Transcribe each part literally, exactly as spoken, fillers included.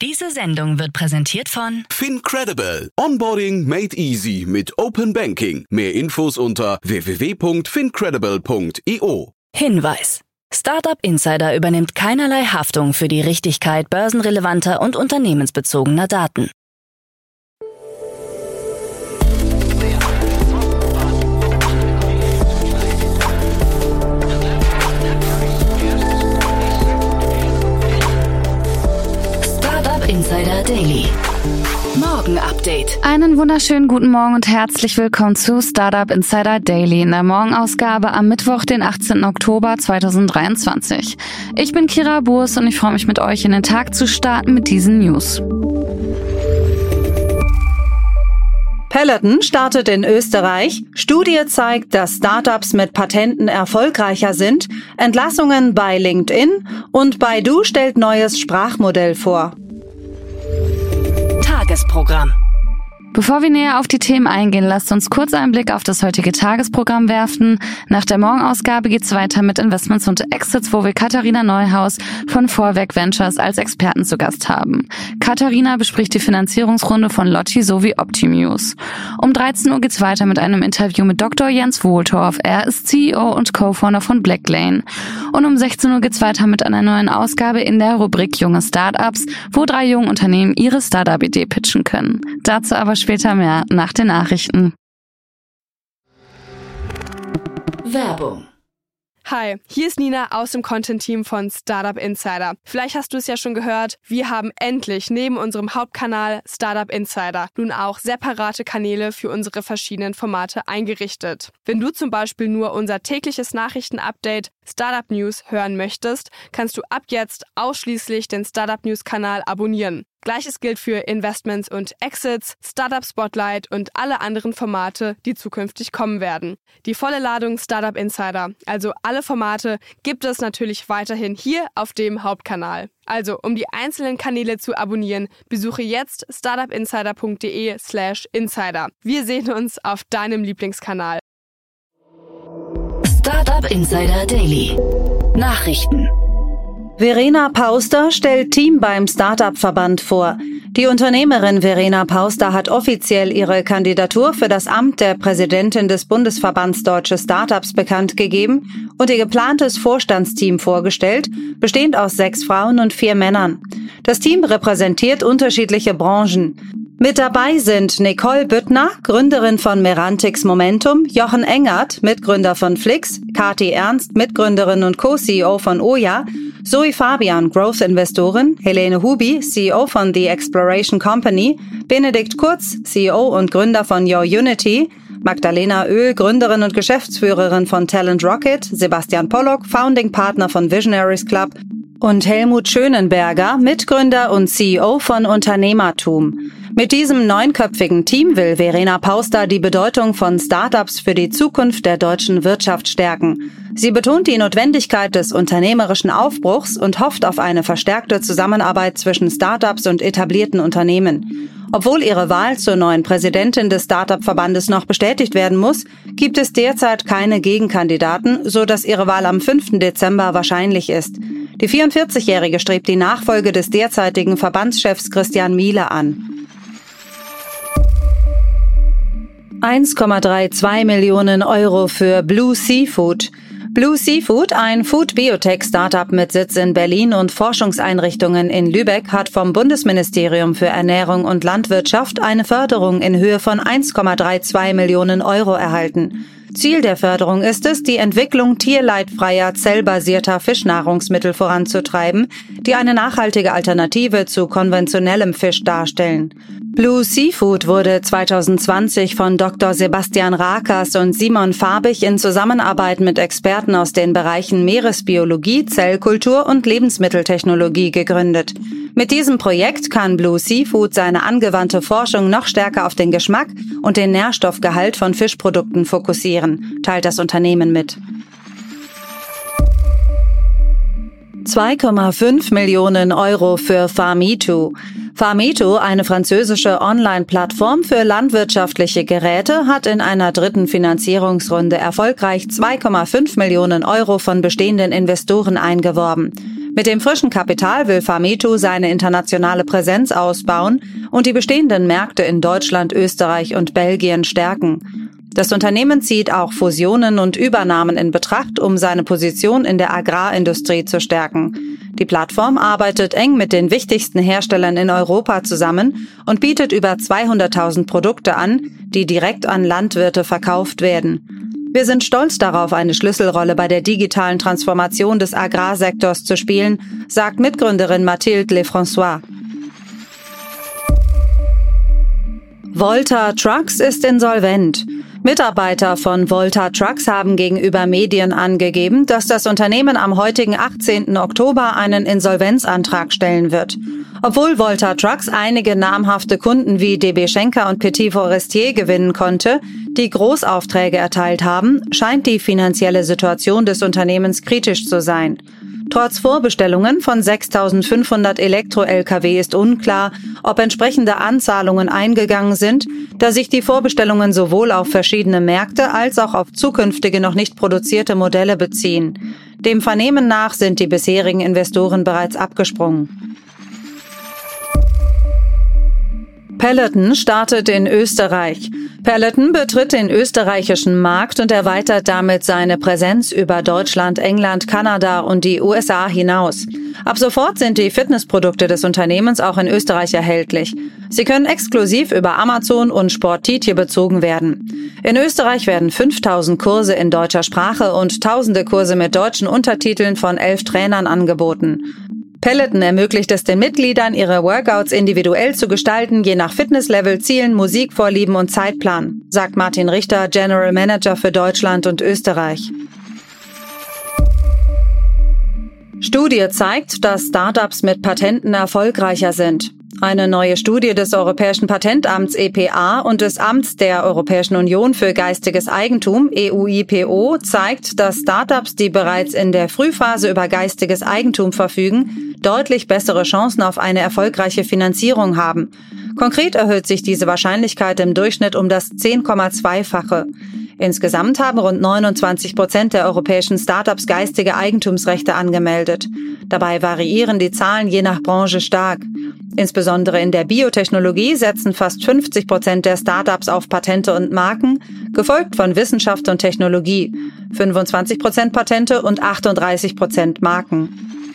Diese Sendung wird präsentiert von FinCredible. Onboarding made easy mit Open Banking. Mehr Infos unter w w w punkt fincredible punkt i o. Hinweis. Startup Insider übernimmt keinerlei Haftung für die Richtigkeit börsenrelevanter und unternehmensbezogener Daten. Startup Insider Daily. Morgen Update. Einen wunderschönen guten Morgen und herzlich willkommen zu Startup Insider Daily in der Morgenausgabe am Mittwoch, den achtzehnten Oktober zweitausenddreiundzwanzig. Ich bin Kira Burs und ich freue mich mit euch in den Tag zu starten mit diesen News. Peloton startet in Österreich. Studie zeigt, dass Startups mit Patenten erfolgreicher sind. Entlassungen bei LinkedIn und Baidu stellt neues Sprachmodell vor. Tagesprogramm. Bevor wir näher auf die Themen eingehen, lasst uns kurz einen Blick auf das heutige Tagesprogramm werfen. Nach der Morgenausgabe geht's weiter mit Investments und Exits, wo wir Katharina Neuhaus von Vorwerk Ventures als Experten zu Gast haben. Katharina bespricht die Finanzierungsrunde von Lotti sowie Optimius. Um dreizehn Uhr geht's weiter mit einem Interview mit Doktor Jens Wohltorf. Er ist C E O und Co-Founder von Blacklane. Und um sechzehn Uhr geht's weiter mit einer neuen Ausgabe in der Rubrik Junge Startups, wo drei junge Unternehmen ihre Startup-Idee pitchen können. Dazu aber später mehr nach den Nachrichten. Werbung. Hi, hier ist Nina aus dem Content-Team von Startup Insider. Vielleicht hast du es ja schon gehört, wir haben endlich neben unserem Hauptkanal Startup Insider nun auch separate Kanäle für unsere verschiedenen Formate eingerichtet. Wenn du zum Beispiel nur unser tägliches Nachrichtenupdate Startup News hören möchtest, kannst du ab jetzt ausschließlich den Startup News-Kanal abonnieren. Gleiches gilt für Investments und Exits, Startup Spotlight und alle anderen Formate, die zukünftig kommen werden. Die volle Ladung Startup Insider, also alle Formate, gibt es natürlich weiterhin hier auf dem Hauptkanal. Also, um die einzelnen Kanäle zu abonnieren, besuche jetzt startupinsider.de slash insider. Wir sehen uns auf deinem Lieblingskanal. Startup Insider Daily. Nachrichten. Verena Pauster stellt Team beim Startup-Verband vor. Die Unternehmerin Verena Pauster hat offiziell ihre Kandidatur für das Amt der Präsidentin des Bundesverbands Deutsche Startups bekannt gegeben und ihr geplantes Vorstandsteam vorgestellt, bestehend aus sechs Frauen und vier Männern. Das Team repräsentiert unterschiedliche Branchen. Mit dabei sind Nicole Büttner, Gründerin von Merantix Momentum, Jochen Engert, Mitgründer von Flix, Kati Ernst, Mitgründerin und Co-C E O von Oja, Zoe Fabian, Growth-Investorin, Helene Hubi, C E O von The Exploration Company, Benedikt Kurz, C E O und Gründer von Your Unity, Magdalena Oehl, Gründerin und Geschäftsführerin von Talent Rocket, Sebastian Pollock, Founding Partner von Visionaries Club und Helmut Schönenberger, Mitgründer und C E O von Unternehmertum. Mit diesem neunköpfigen Team will Verena Pauster die Bedeutung von Startups für die Zukunft der deutschen Wirtschaft stärken. Sie betont die Notwendigkeit des unternehmerischen Aufbruchs und hofft auf eine verstärkte Zusammenarbeit zwischen Startups und etablierten Unternehmen. Obwohl ihre Wahl zur neuen Präsidentin des Startup-Verbandes noch bestätigt werden muss, gibt es derzeit keine Gegenkandidaten, so dass ihre Wahl am fünften Dezember wahrscheinlich ist. Die vierundvierzigjährige strebt die Nachfolge des derzeitigen Verbandschefs Christian Miele an. eins Komma zweiunddreißig Millionen Euro für Blue Seafood. Blue Seafood, ein Food-Biotech-Startup mit Sitz in Berlin und Forschungseinrichtungen in Lübeck, hat vom Bundesministerium für Ernährung und Landwirtschaft eine Förderung in Höhe von eins Komma zweiunddreißig Millionen Euro erhalten. Ziel der Förderung ist es, die Entwicklung tierleidfreier, zellbasierter Fischnahrungsmittel voranzutreiben, die eine nachhaltige Alternative zu konventionellem Fisch darstellen. Blue Seafood wurde zweitausendzwanzig von Doktor Sebastian Rakers und Simon Farbig in Zusammenarbeit mit Experten aus den Bereichen Meeresbiologie, Zellkultur und Lebensmitteltechnologie gegründet. Mit diesem Projekt kann Blue Seafood seine angewandte Forschung noch stärker auf den Geschmack und den Nährstoffgehalt von Fischprodukten fokussieren, teilt das Unternehmen mit. zwei Komma fünf Millionen Euro für Farmitu. Farmitu, eine französische Online-Plattform für landwirtschaftliche Geräte, hat in einer dritten Finanzierungsrunde erfolgreich zwei Komma fünf Millionen Euro von bestehenden Investoren eingeworben. Mit dem frischen Kapital will Fameto seine internationale Präsenz ausbauen und die bestehenden Märkte in Deutschland, Österreich und Belgien stärken. Das Unternehmen zieht auch Fusionen und Übernahmen in Betracht, um seine Position in der Agrarindustrie zu stärken. Die Plattform arbeitet eng mit den wichtigsten Herstellern in Europa zusammen und bietet über zweihunderttausend Produkte an, die direkt an Landwirte verkauft werden. Wir sind stolz darauf, eine Schlüsselrolle bei der digitalen Transformation des Agrarsektors zu spielen, sagt Mitgründerin Mathilde Lefrançois. Volta Trucks ist insolvent. Mitarbeiter von Volta Trucks haben gegenüber Medien angegeben, dass das Unternehmen am heutigen achtzehnten Oktober einen Insolvenzantrag stellen wird. Obwohl Volta Trucks einige namhafte Kunden wie D B Schenker und Petit Forestier gewinnen konnte, die Großaufträge erteilt haben, scheint die finanzielle Situation des Unternehmens kritisch zu sein. Trotz Vorbestellungen von sechstausendfünfhundert Elektro-L K W ist unklar, ob entsprechende Anzahlungen eingegangen sind, da sich die Vorbestellungen sowohl auf verschiedene Märkte als auch auf zukünftige noch nicht produzierte Modelle beziehen. Dem Vernehmen nach sind die bisherigen Investoren bereits abgesprungen. Peloton startet in Österreich. Peloton betritt den österreichischen Markt und erweitert damit seine Präsenz über Deutschland, England, Kanada und die U S A hinaus. Ab sofort sind die Fitnessprodukte des Unternehmens auch in Österreich erhältlich. Sie können exklusiv über Amazon und Sporttietje bezogen werden. In Österreich werden fünftausend Kurse in deutscher Sprache und tausende Kurse mit deutschen Untertiteln von elf Trainern angeboten. Peloton ermöglicht es den Mitgliedern, ihre Workouts individuell zu gestalten, je nach Fitnesslevel, Zielen, Musikvorlieben und Zeitplan, sagt Martin Richter, General Manager für Deutschland und Österreich. Studie zeigt, dass Startups mit Patenten erfolgreicher sind. Eine neue Studie des Europäischen Patentamts E P A und des Amts der Europäischen Union für geistiges Eigentum E U I P O zeigt, dass Startups, die bereits in der Frühphase über geistiges Eigentum verfügen, deutlich bessere Chancen auf eine erfolgreiche Finanzierung haben. Konkret erhöht sich diese Wahrscheinlichkeit im Durchschnitt um das zehn Komma zwei-fache. Insgesamt haben rund neunundzwanzig Prozent der europäischen Startups geistige Eigentumsrechte angemeldet. Dabei variieren die Zahlen je nach Branche stark. Insbesondere in der Biotechnologie setzen fast fünfzig Prozent der Startups auf Patente und Marken, gefolgt von Wissenschaft und Technologie, fünfundzwanzig Prozent Patente und achtunddreißig Prozent Marken.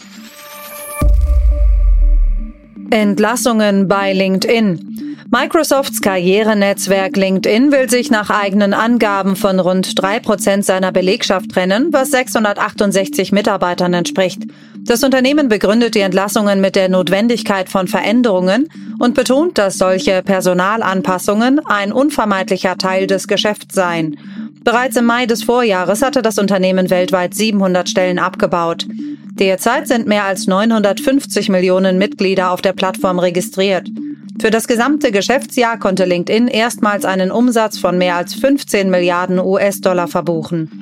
Entlassungen bei LinkedIn. Microsofts Karrierenetzwerk LinkedIn will sich nach eigenen Angaben von rund drei Prozent seiner Belegschaft trennen, was sechshundertachtundsechzig Mitarbeitern entspricht. Das Unternehmen begründet die Entlassungen mit der Notwendigkeit von Veränderungen und betont, dass solche Personalanpassungen ein unvermeidlicher Teil des Geschäfts seien. Bereits im Mai des Vorjahres hatte das Unternehmen weltweit siebenhundert Stellen abgebaut. Derzeit sind mehr als neunhundertfünfzig Millionen Mitglieder auf der Plattform registriert. Für das gesamte Geschäftsjahr konnte LinkedIn erstmals einen Umsatz von mehr als fünfzehn Milliarden U S-Dollar verbuchen.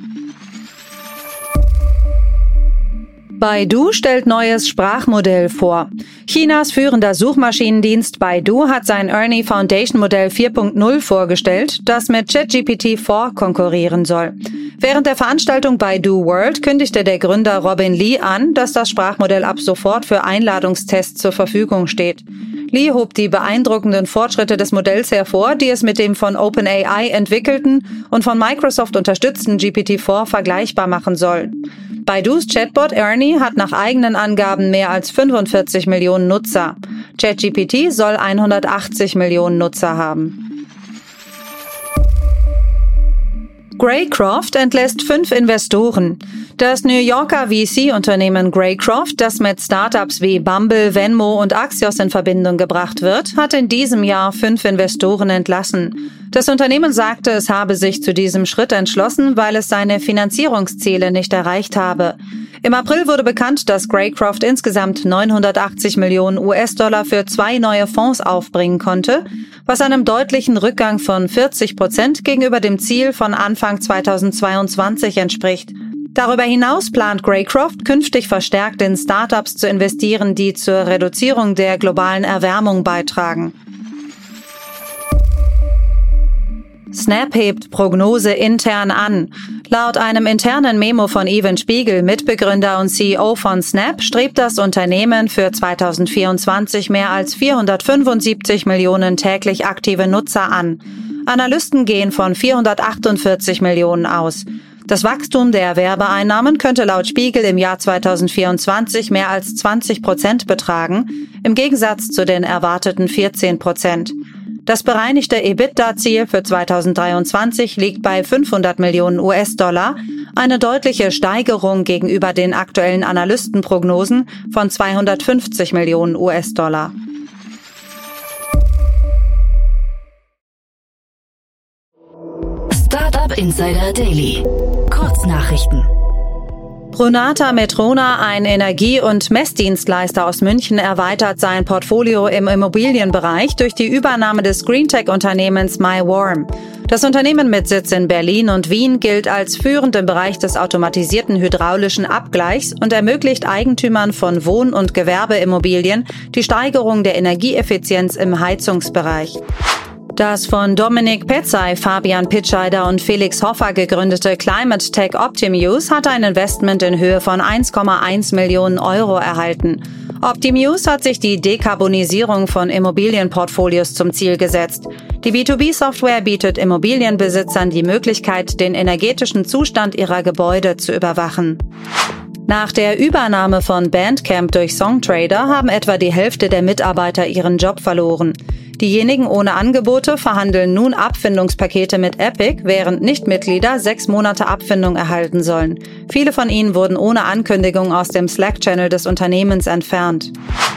Baidu stellt neues Sprachmodell vor. Chinas führender Suchmaschinendienst Baidu hat sein Ernie Foundation Modell vier Punkt null vorgestellt, das mit ChatGPT vier konkurrieren soll. Während der Veranstaltung Baidu World kündigte der Gründer Robin Li an, dass das Sprachmodell ab sofort für Einladungstests zur Verfügung steht. Li hob die beeindruckenden Fortschritte des Modells hervor, die es mit dem von OpenAI entwickelten und von Microsoft unterstützten G P T vier vergleichbar machen soll. Baidus Chatbot Ernie hat nach eigenen Angaben mehr als fünfundvierzig Millionen Nutzer. ChatGPT soll hundertachtzig Millionen Nutzer haben. Greycroft entlässt fünf Investoren. Das New Yorker V C-Unternehmen Greycroft, das mit Startups wie Bumble, Venmo und Axios in Verbindung gebracht wird, hat in diesem Jahr fünf Investoren entlassen. Das Unternehmen sagte, es habe sich zu diesem Schritt entschlossen, weil es seine Finanzierungsziele nicht erreicht habe. Im April wurde bekannt, dass Greycroft insgesamt neunhundertachtzig Millionen U S-Dollar für zwei neue Fonds aufbringen konnte, was einem deutlichen Rückgang von vierzig Prozent gegenüber dem Ziel von Anfang zweitausendzweiundzwanzig entspricht. Darüber hinaus plant Greycroft künftig verstärkt in Startups zu investieren, die zur Reduzierung der globalen Erwärmung beitragen. Snap hebt Prognose intern an. Laut einem internen Memo von Evan Spiegel, Mitbegründer und C E O von Snap, strebt das Unternehmen für zweitausendvierundzwanzig mehr als vierhundertfünfundsiebzig Millionen täglich aktive Nutzer an. Analysten gehen von vierhundertachtundvierzig Millionen aus. Das Wachstum der Werbeeinnahmen könnte laut Spiegel im Jahr zweitausendvierundzwanzig mehr als zwanzig Prozent betragen, im Gegensatz zu den erwarteten vierzehn Prozent. Das bereinigte EBITDA-Ziel für zweitausenddreiundzwanzig liegt bei fünfhundert Millionen U S-Dollar, eine deutliche Steigerung gegenüber den aktuellen Analystenprognosen von zweihundertfünfzig Millionen U S-Dollar. Startup Insider Daily. Kurznachrichten. Brunata Metrona, ein Energie- und Messdienstleister aus München, erweitert sein Portfolio im Immobilienbereich durch die Übernahme des Greentech-Unternehmens MyWarm. Das Unternehmen mit Sitz in Berlin und Wien gilt als führend im Bereich des automatisierten hydraulischen Abgleichs und ermöglicht Eigentümern von Wohn- und Gewerbeimmobilien die Steigerung der Energieeffizienz im Heizungsbereich. Das von Dominik Petzai, Fabian Pitscheider und Felix Hoffer gegründete Climate Tech Optimuse hat ein Investment in Höhe von eins Komma eins Millionen Euro erhalten. Optimuse hat sich die Dekarbonisierung von Immobilienportfolios zum Ziel gesetzt. Die B zwei B-Software bietet Immobilienbesitzern die Möglichkeit, den energetischen Zustand ihrer Gebäude zu überwachen. Nach der Übernahme von Bandcamp durch Songtrader haben etwa die Hälfte der Mitarbeiter ihren Job verloren. Diejenigen ohne Angebote verhandeln nun Abfindungspakete mit Epic, während Nichtmitglieder sechs Monate Abfindung erhalten sollen. Viele von ihnen wurden ohne Ankündigung aus dem Slack-Channel des Unternehmens entfernt.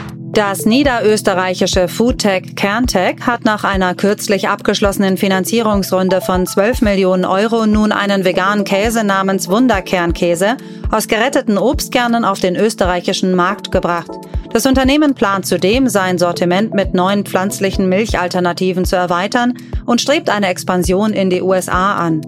Das niederösterreichische Foodtech Kerntech hat nach einer kürzlich abgeschlossenen Finanzierungsrunde von zwölf Millionen Euro nun einen veganen Käse namens Wunderkernkäse aus geretteten Obstkernen auf den österreichischen Markt gebracht. Das Unternehmen plant zudem, sein Sortiment mit neuen pflanzlichen Milchalternativen zu erweitern und strebt eine Expansion in die U S A an.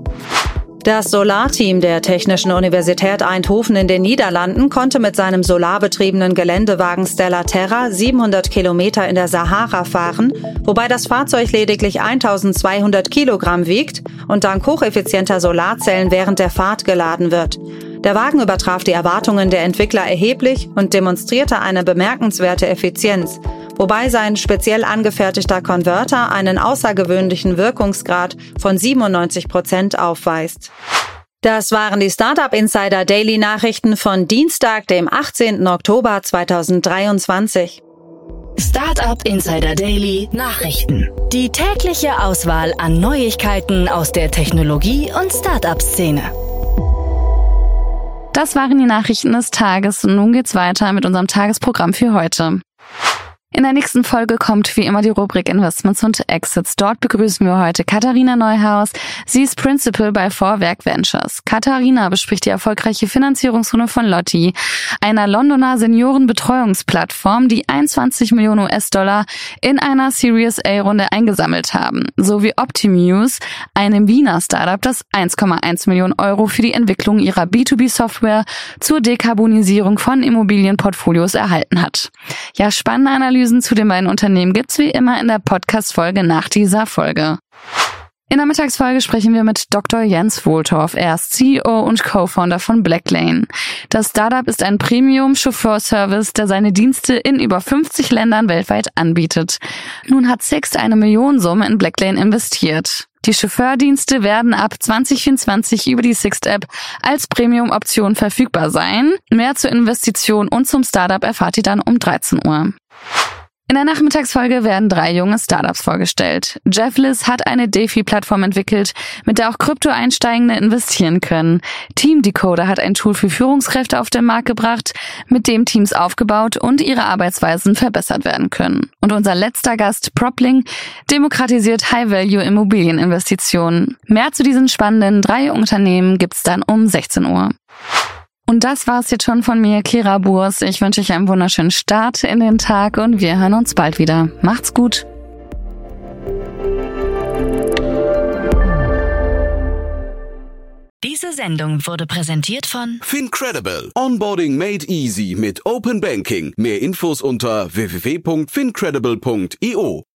Das Solarteam der Technischen Universität Eindhoven in den Niederlanden konnte mit seinem solarbetriebenen Geländewagen Stella Terra siebenhundert Kilometer in der Sahara fahren, wobei das Fahrzeug lediglich eintausendzweihundert Kilogramm wiegt und dank hocheffizienter Solarzellen während der Fahrt geladen wird. Der Wagen übertraf die Erwartungen der Entwickler erheblich und demonstrierte eine bemerkenswerte Effizienz, wobei sein speziell angefertigter Konverter einen außergewöhnlichen Wirkungsgrad von siebenundneunzig Prozent aufweist. Das waren die Startup Insider Daily Nachrichten von Dienstag, dem achtzehnten Oktober zweitausenddreiundzwanzig. Startup Insider Daily Nachrichten. Die tägliche Auswahl an Neuigkeiten aus der Technologie- und Startup-Szene. Das waren die Nachrichten des Tages und nun geht's weiter mit unserem Tagesprogramm für heute. In der nächsten Folge kommt wie immer die Rubrik Investments und Exits. Dort begrüßen wir heute Katharina Neuhaus. Sie ist Principal bei Vorwerk Ventures. Katharina bespricht die erfolgreiche Finanzierungsrunde von Lotti, einer Londoner Seniorenbetreuungsplattform, die einundzwanzig Millionen U S-Dollar in einer Series A-Runde eingesammelt haben, sowie Optimuse, einem Wiener Startup, das eins Komma eins Millionen Euro für die Entwicklung ihrer B zwei B-Software zur Dekarbonisierung von Immobilienportfolios erhalten hat. Ja, spannende Analyse zu den beiden Unternehmen gibt's wie immer in der Podcast-Folge nach dieser Folge. In der Mittagsfolge sprechen wir mit Doktor Jens Wohltorf. Er ist C E O und Co-Founder von Blacklane. Das Startup ist ein Premium-Chauffeurservice, der seine Dienste in über fünfzig Ländern weltweit anbietet. Nun hat Sixt eine Millionensumme in Blacklane investiert. Die Chauffeurdienste werden ab zwanzig vierundzwanzig über die Sixt-App als Premium-Option verfügbar sein. Mehr zur Investition und zum Startup erfahrt ihr dann um dreizehn Uhr. In der Nachmittagsfolge werden drei junge Startups vorgestellt. Jeffless hat eine DeFi-Plattform entwickelt, mit der auch Krypto-Einsteigende investieren können. Team Decoder hat ein Tool für Führungskräfte auf den Markt gebracht, mit dem Teams aufgebaut und ihre Arbeitsweisen verbessert werden können. Und unser letzter Gast, Propling, demokratisiert High-Value-Immobilieninvestitionen. Mehr zu diesen spannenden drei Unternehmen gibt's dann um sechzehn Uhr. Und das war's jetzt schon von mir, Kira Burs. Ich wünsche euch einen wunderschönen Start in den Tag und wir hören uns bald wieder. Macht's gut! Diese Sendung wurde präsentiert von FinCredible. Onboarding made easy mit Open Banking. Mehr Infos unter w w w punkt fincredible punkt i o.